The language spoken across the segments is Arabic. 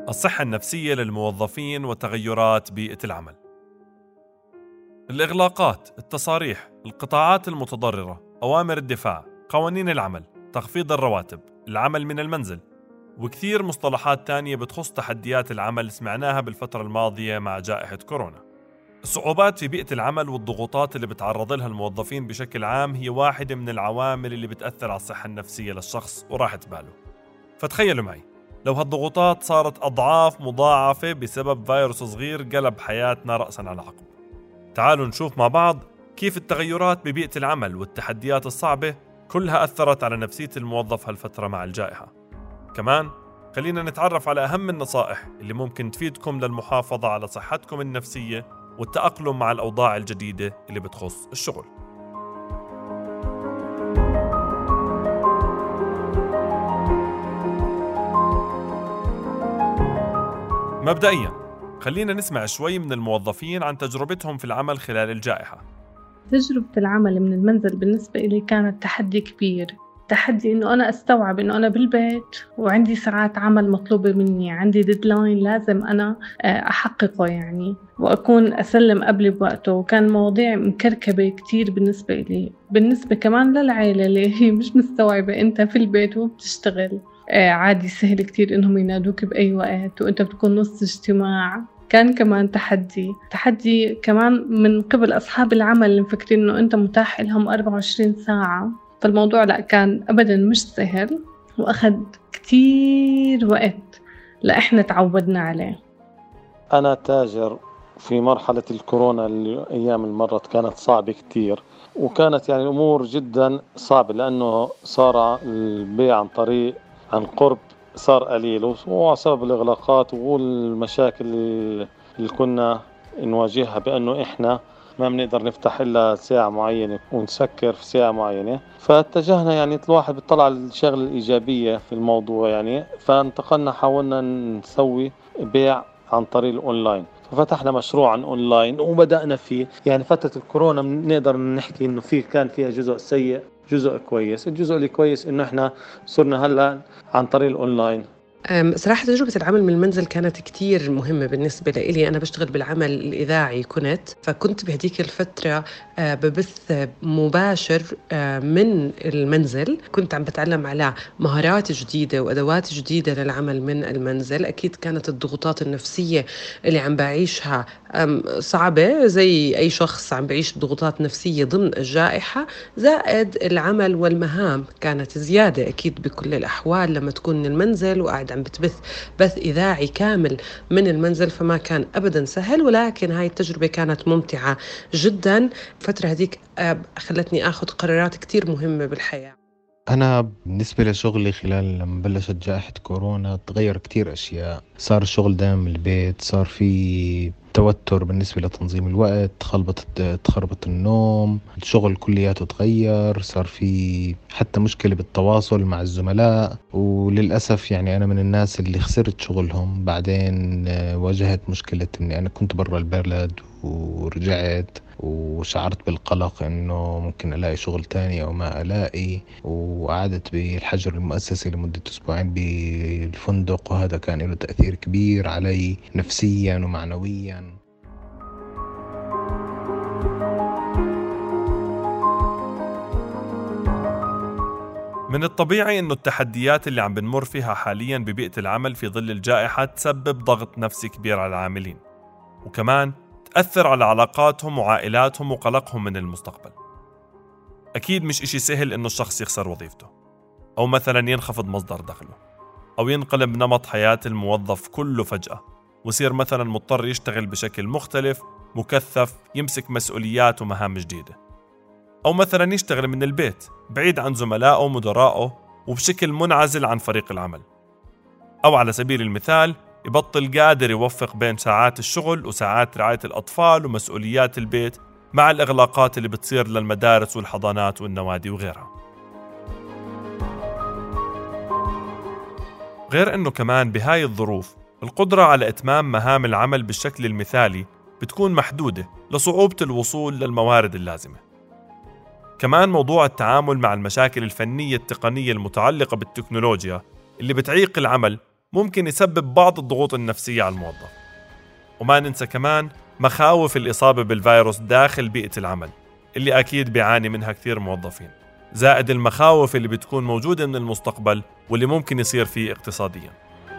الصحة النفسية للموظفين وتغيرات بيئة العمل. الإغلاقات، التصاريح، القطاعات المتضررة، أوامر الدفاع، قوانين العمل، تخفيض الرواتب، العمل من المنزل، وكثير مصطلحات تانية بتخص تحديات العمل سمعناها بالفترة الماضية مع جائحة كورونا. الصعوبات في بيئة العمل والضغوطات اللي بتعرض لها الموظفين بشكل عام هي واحدة من العوامل اللي بتأثر على الصحة النفسية للشخص وراحة باله. فتخيلوا معي لو هالضغوطات صارت أضعاف مضاعفة بسبب فيروس صغير قلب حياتنا رأساً على عقب. تعالوا نشوف مع بعض كيف التغيرات ببيئة العمل والتحديات الصعبة كلها أثرت على نفسية الموظف هالفترة مع الجائحة. كمان خلينا نتعرف على أهم النصائح اللي ممكن تفيدكم للمحافظة على صحتكم النفسية والتأقلم مع الأوضاع الجديدة اللي بتخص الشغل. مبدئياً خلينا نسمع شوي من الموظفين عن تجربتهم في العمل خلال الجائحة. تجربة العمل من المنزل بالنسبة إلي كانت تحدي كبير. تحدي إنه أنا أستوعب إنه أنا بالبيت وعندي ساعات عمل مطلوبة مني، عندي ديدلاين لازم أنا أحققه يعني، وأكون أسلم قبل بوقته. وكان مواضيع مكركبة كتير بالنسبة إلي، بالنسبة كمان للعائلة اللي هي مش مستوعبة أنت في البيت وبتشتغل. عادي سهل كتير إنهم ينادوك بأي وقت وأنت بتكون نص اجتماع. كان كمان تحدي كمان من قبل أصحاب العمل اللي مفكرين إنه أنت متاح لهم 24 ساعة. فالموضوع لا، كان أبداً مش سهل وأخذ كتير وقت لإحنا تعودنا عليه. أنا تاجر في مرحلة الكورونا اللي أيام المرت كانت صعبة كتير، وكانت يعني الأمور جدا صعبة لأنه صار البيع عن قرب صار قليل، وسبب الإغلاقات والمشاكل اللي كنا نواجهها بأنه إحنا ما بنقدر نفتح إلا ساعة معينة ونسكر في ساعة معينة. فاتجهنا يعني الواحد بيطلع الشغل الإيجابية في الموضوع يعني، فانتقلنا حاولنا نسوي بيع عن طريق الأونلاين. ففتحنا مشروعا أونلاين وبدأنا فيه. يعني فترة الكورونا نقدر نحكي إنه كان فيها جزء سيء جزء كويس. الجزء اللي كويس إنه إحنا صرنا هلأ عن طريق الأونلاين. صراحة تجربة العمل من المنزل كانت كتير مهمة بالنسبة لي. أنا بشتغل بالعمل الإذاعي فكنت بهديك الفترة ببث مباشر من المنزل. كنت عم بتعلم على مهارات جديدة وأدوات جديدة للعمل من المنزل. أكيد كانت الضغوطات النفسية اللي عم بعيشها صعبة زي أي شخص عم بعيش ضغوطات نفسية ضمن الجائحة، زائد العمل والمهام كانت زيادة أكيد بكل الأحوال لما تكون من المنزل وقاعد عم بث إذاعي كامل من المنزل. فما كان أبدا سهل، ولكن هاي التجربة كانت ممتعة جدا. فترة هديك خلتني أخذ قرارات كتير مهمة بالحياة. أنا بالنسبة لشغلي خلال لما بلشت جائحة كورونا تغير كتير أشياء. صار الشغل دائم من البيت، صار في توتر بالنسبة لتنظيم الوقت، تخربط النوم، الشغل كلياته تغير، صار في حتى مشكلة بالتواصل مع الزملاء. وللأسف يعني أنا من الناس اللي خسرت شغلهم بعدين. واجهت مشكلة أني أنا كنت برا البلد ورجعت، وشعرت بالقلق إنه ممكن ألاقي شغل تاني أو ما ألاقي، وقعدت بالحجر المؤسسي لمدة أسبوعين بالفندق، وهذا كان له تأثير كبير علي نفسيا ومعنويا. من الطبيعي إنه التحديات اللي عم بنمر فيها حالياً ببيئة العمل في ظل الجائحة تسبب ضغط نفسي كبير على العاملين، وكمان تأثر على علاقاتهم وعائلاتهم وقلقهم من المستقبل. أكيد مش إشي سهل إنه الشخص يخسر وظيفته، أو مثلاً ينخفض مصدر دخله، أو ينقلب نمط حياة الموظف كله فجأة ويصير مثلاً مضطر يشتغل بشكل مختلف مكثف، يمسك مسؤوليات ومهام جديدة، أو مثلاً يشتغل من البيت بعيد عن زملائه ومدرائه وبشكل منعزل عن فريق العمل، أو على سبيل المثال يبطل قادر يوفق بين ساعات الشغل وساعات رعاية الأطفال ومسؤوليات البيت مع الإغلاقات اللي بتصير للمدارس والحضانات والنوادي وغيرها. غير أنه كمان بهاي الظروف القدرة على إتمام مهام العمل بالشكل المثالي بتكون محدودة لصعوبة الوصول للموارد اللازمة. كمان موضوع التعامل مع المشاكل الفنية التقنية المتعلقة بالتكنولوجيا اللي بتعيق العمل ممكن يسبب بعض الضغوط النفسية على الموظف. وما ننسى كمان مخاوف الإصابة بالفيروس داخل بيئة العمل اللي أكيد بيعاني منها كثير موظفين، زائد المخاوف اللي بتكون موجودة من المستقبل واللي ممكن يصير فيه اقتصاديا.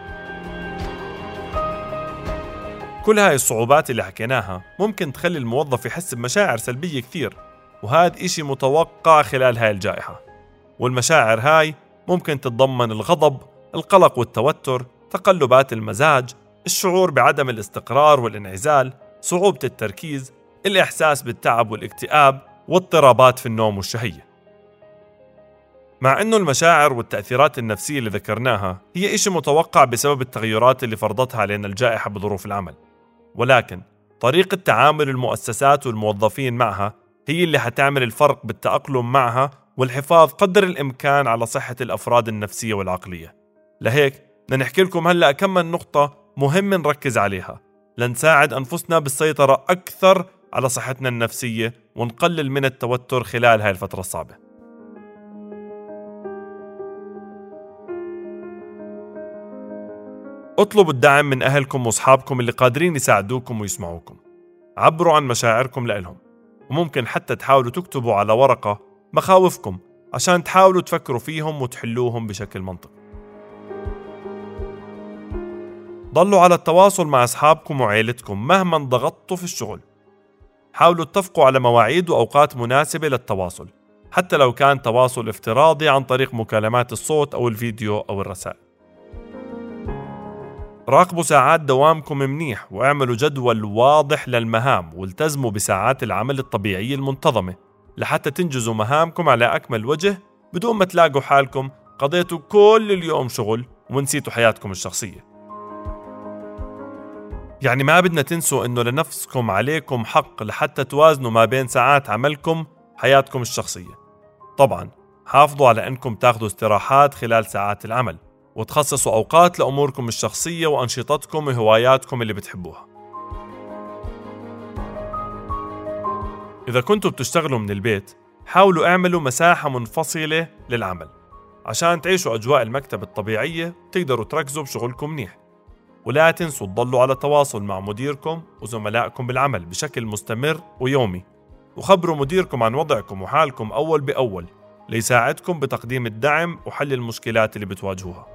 كل هاي الصعوبات اللي حكيناها ممكن تخلي الموظف يحس بمشاعر سلبية كثير، وهذا إشي متوقع خلال هاي الجائحة. والمشاعر هاي ممكن تتضمن الغضب، القلق والتوتر، تقلبات المزاج، الشعور بعدم الاستقرار والانعزال، صعوبة التركيز، الإحساس بالتعب والاكتئاب، واضطرابات في النوم والشهية. مع أنه المشاعر والتأثيرات النفسية اللي ذكرناها هي إشي متوقع بسبب التغيرات اللي فرضتها علينا الجائحة بظروف العمل، ولكن طريقة تعامل المؤسسات والموظفين معها هي اللي حتعمل الفرق بالتأقلم معها والحفاظ قدر الإمكان على صحة الأفراد النفسية والعقلية. لهيك بدنا نحكي لكم هلأ كم من نقطة مهم نركز عليها لنساعد أنفسنا بالسيطرة أكثر على صحتنا النفسية ونقلل من التوتر خلال هاي الفترة الصعبة. اطلبوا الدعم من أهلكم وأصحابكم اللي قادرين يساعدوكم ويسمعوكم. عبروا عن مشاعركم لإلهم، وممكن حتى تحاولوا تكتبوا على ورقة مخاوفكم عشان تحاولوا تفكروا فيهم وتحلوهم بشكل منطقي. ضلوا على التواصل مع أصحابكم وعائلتكم مهما ضغطتوا في الشغل. حاولوا اتفقوا على مواعيد وأوقات مناسبة للتواصل، حتى لو كان تواصل افتراضي عن طريق مكالمات الصوت أو الفيديو أو الرسائل. راقبوا ساعات دوامكم منيح، واعملوا جدول واضح للمهام، والتزموا بساعات العمل الطبيعية المنتظمة لحتى تنجزوا مهامكم على أكمل وجه بدون ما تلاقوا حالكم قضيتوا كل اليوم شغل ونسيتوا حياتكم الشخصية. يعني ما بدنا تنسوا إنه لنفسكم عليكم حق لحتى توازنوا ما بين ساعات عملكم وحياتكم الشخصية. طبعاً حافظوا على أنكم تاخدوا استراحات خلال ساعات العمل، وتخصصوا أوقات لأموركم الشخصية وأنشطتكم وهواياتكم اللي بتحبوها. إذا كنتوا بتشتغلوا من البيت، حاولوا اعملوا مساحة منفصلة للعمل عشان تعيشوا أجواء المكتب الطبيعية وتقدروا تركزوا بشغلكم منيح. ولا تنسوا تضلوا على تواصل مع مديركم وزملائكم بالعمل بشكل مستمر ويومي، وخبروا مديركم عن وضعكم وحالكم أول بأول ليساعدكم بتقديم الدعم وحل المشكلات اللي بتواجهوها.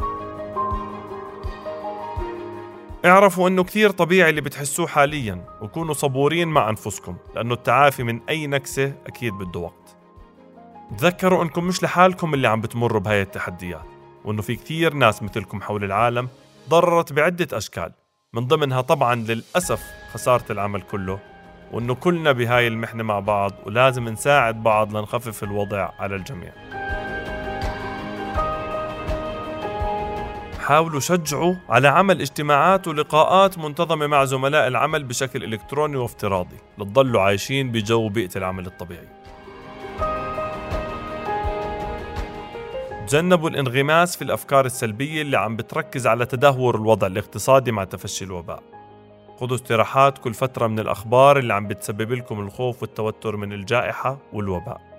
اعرفوا أنه كثير طبيعي اللي بتحسوه حالياً، وكونوا صبورين مع أنفسكم لأنه التعافي من أي نكسة أكيد بده وقت. تذكروا أنكم مش لحالكم اللي عم بتمروا بهاي التحديات، وأنه في كثير ناس مثلكم حول العالم ضررت بعدة أشكال، من ضمنها طبعاً للأسف خسارة العمل كله، وأنه كلنا بهاي المحنة مع بعض ولازم نساعد بعض لنخفف الوضع على الجميع. حاولوا شجعوا على عمل اجتماعات ولقاءات منتظمة مع زملاء العمل بشكل إلكتروني وافتراضي لتضلوا عايشين بجو بيئة العمل الطبيعي. تجنبوا الانغماس في الأفكار السلبية اللي عم بتركز على تدهور الوضع الاقتصادي مع تفشي الوباء. خذوا استراحات كل فترة من الأخبار اللي عم بتسبب لكم الخوف والتوتر من الجائحة والوباء.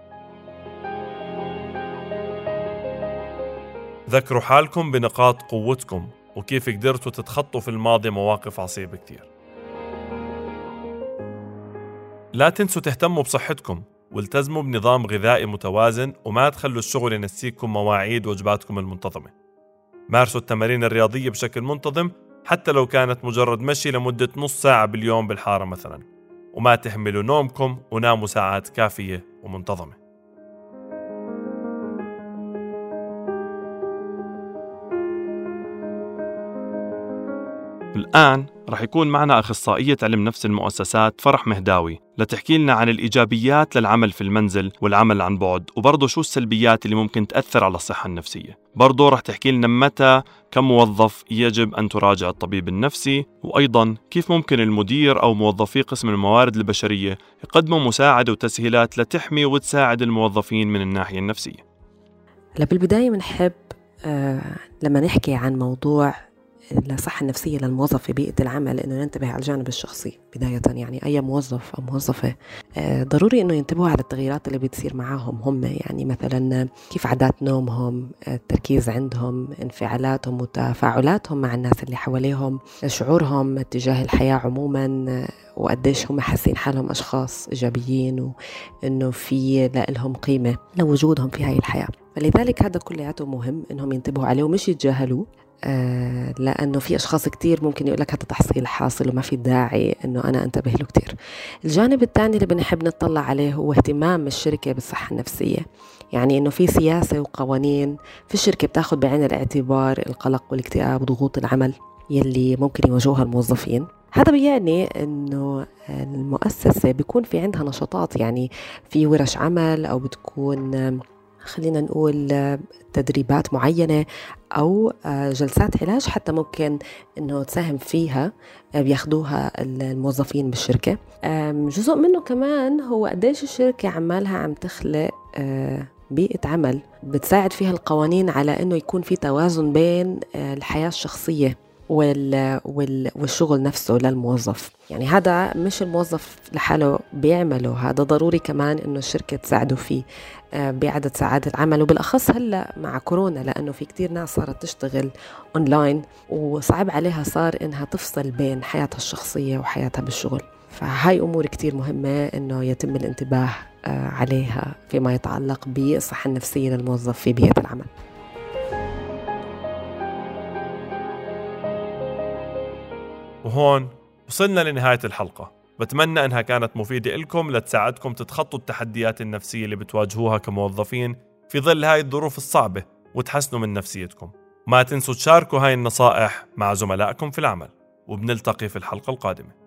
ذكروا حالكم بنقاط قوتكم وكيف قدرتوا تتخطوا في الماضي مواقف عصيبة كتير. لا تنسوا تهتموا بصحتكم والتزموا بنظام غذائي متوازن، وما تخلوا الشغل ينسيكم مواعيد وجباتكم المنتظمة. مارسوا التمارين الرياضية بشكل منتظم حتى لو كانت مجرد مشي لمدة نص ساعة باليوم بالحارة مثلا، وما تهملوا نومكم وناموا ساعات كافية ومنتظمة. الآن رح يكون معنا أخصائية علم نفس المؤسسات فرح مهداوي لتحكي لنا عن الإيجابيات للعمل في المنزل والعمل عن بعد، وبرضه شو السلبيات اللي ممكن تأثر على الصحة النفسية. برضه رح تحكي لنا متى كموظف يجب أن تراجع الطبيب النفسي، وأيضا كيف ممكن المدير أو موظفي قسم الموارد البشرية يقدموا مساعدة وتسهيلات لتحمي وتساعد الموظفين من الناحية النفسية. بالبداية بنحب لما نحكي عن موضوع الصحة النفسية للموظف في بيئة العمل إنه ننتبه على الجانب الشخصي بداية. يعني أي موظف أو موظفة ضروري إنه ينتبهوا على التغييرات اللي بتصير معاهم هم، يعني مثلا كيف عادات نومهم، التركيز عندهم، انفعالاتهم وتفاعلاتهم مع الناس اللي حواليهم، شعورهم تجاه الحياة عموما، وقديش هم حاسين حالهم أشخاص إيجابيين وإنه في لهم قيمة لوجودهم في هاي الحياة. فلذلك هذا كلياته مهم إنهم ينتبهوا عليه ومش يتجاهلوه، لأنه في أشخاص كتير ممكن يقول لك هذا تحصيل حاصل وما في داعي إنه أنا أنتبه له كتير. الجانب الثاني اللي بنحب نطلع عليه هو اهتمام الشركة بالصحة النفسية، يعني إنه في سياسة وقوانين في الشركة بتاخد بعين الاعتبار القلق والاكتئاب وضغوط العمل يلي ممكن يواجهها الموظفين. هذا بيعني إنه المؤسسة بيكون في عندها نشاطات، يعني في ورش عمل أو بتكون خلينا نقول تدريبات معينة أو جلسات علاج حتى ممكن إنه تساهم فيها بياخدوها الموظفين بالشركة. جزء منه كمان هو قديش الشركة عمالها عم تخلق بيئة عمل بتساعد فيها القوانين على إنه يكون في توازن بين الحياة الشخصية والشغل نفسه للموظف. يعني هذا مش الموظف لحاله بيعمله، هذا ضروري كمان إنه الشركة تساعده فيه بعدد ساعات العمل، وبالأخص هلأ مع كورونا لأنه في كتير ناس صارت تشتغل أونلاين وصعب عليها صار إنها تفصل بين حياتها الشخصية وحياتها بالشغل. فهاي أمور كتير مهمة إنه يتم الانتباه عليها فيما يتعلق بالصحة النفسية للموظف في بيئة العمل. وهون وصلنا لنهاية الحلقة. بتمنى أنها كانت مفيدة لكم لتساعدكم تتخطوا التحديات النفسية اللي بتواجهوها كموظفين في ظل هاي الظروف الصعبة وتحسنوا من نفسيتكم. ما تنسوا تشاركوا هاي النصائح مع زملائكم في العمل، وبنلتقي في الحلقة القادمة.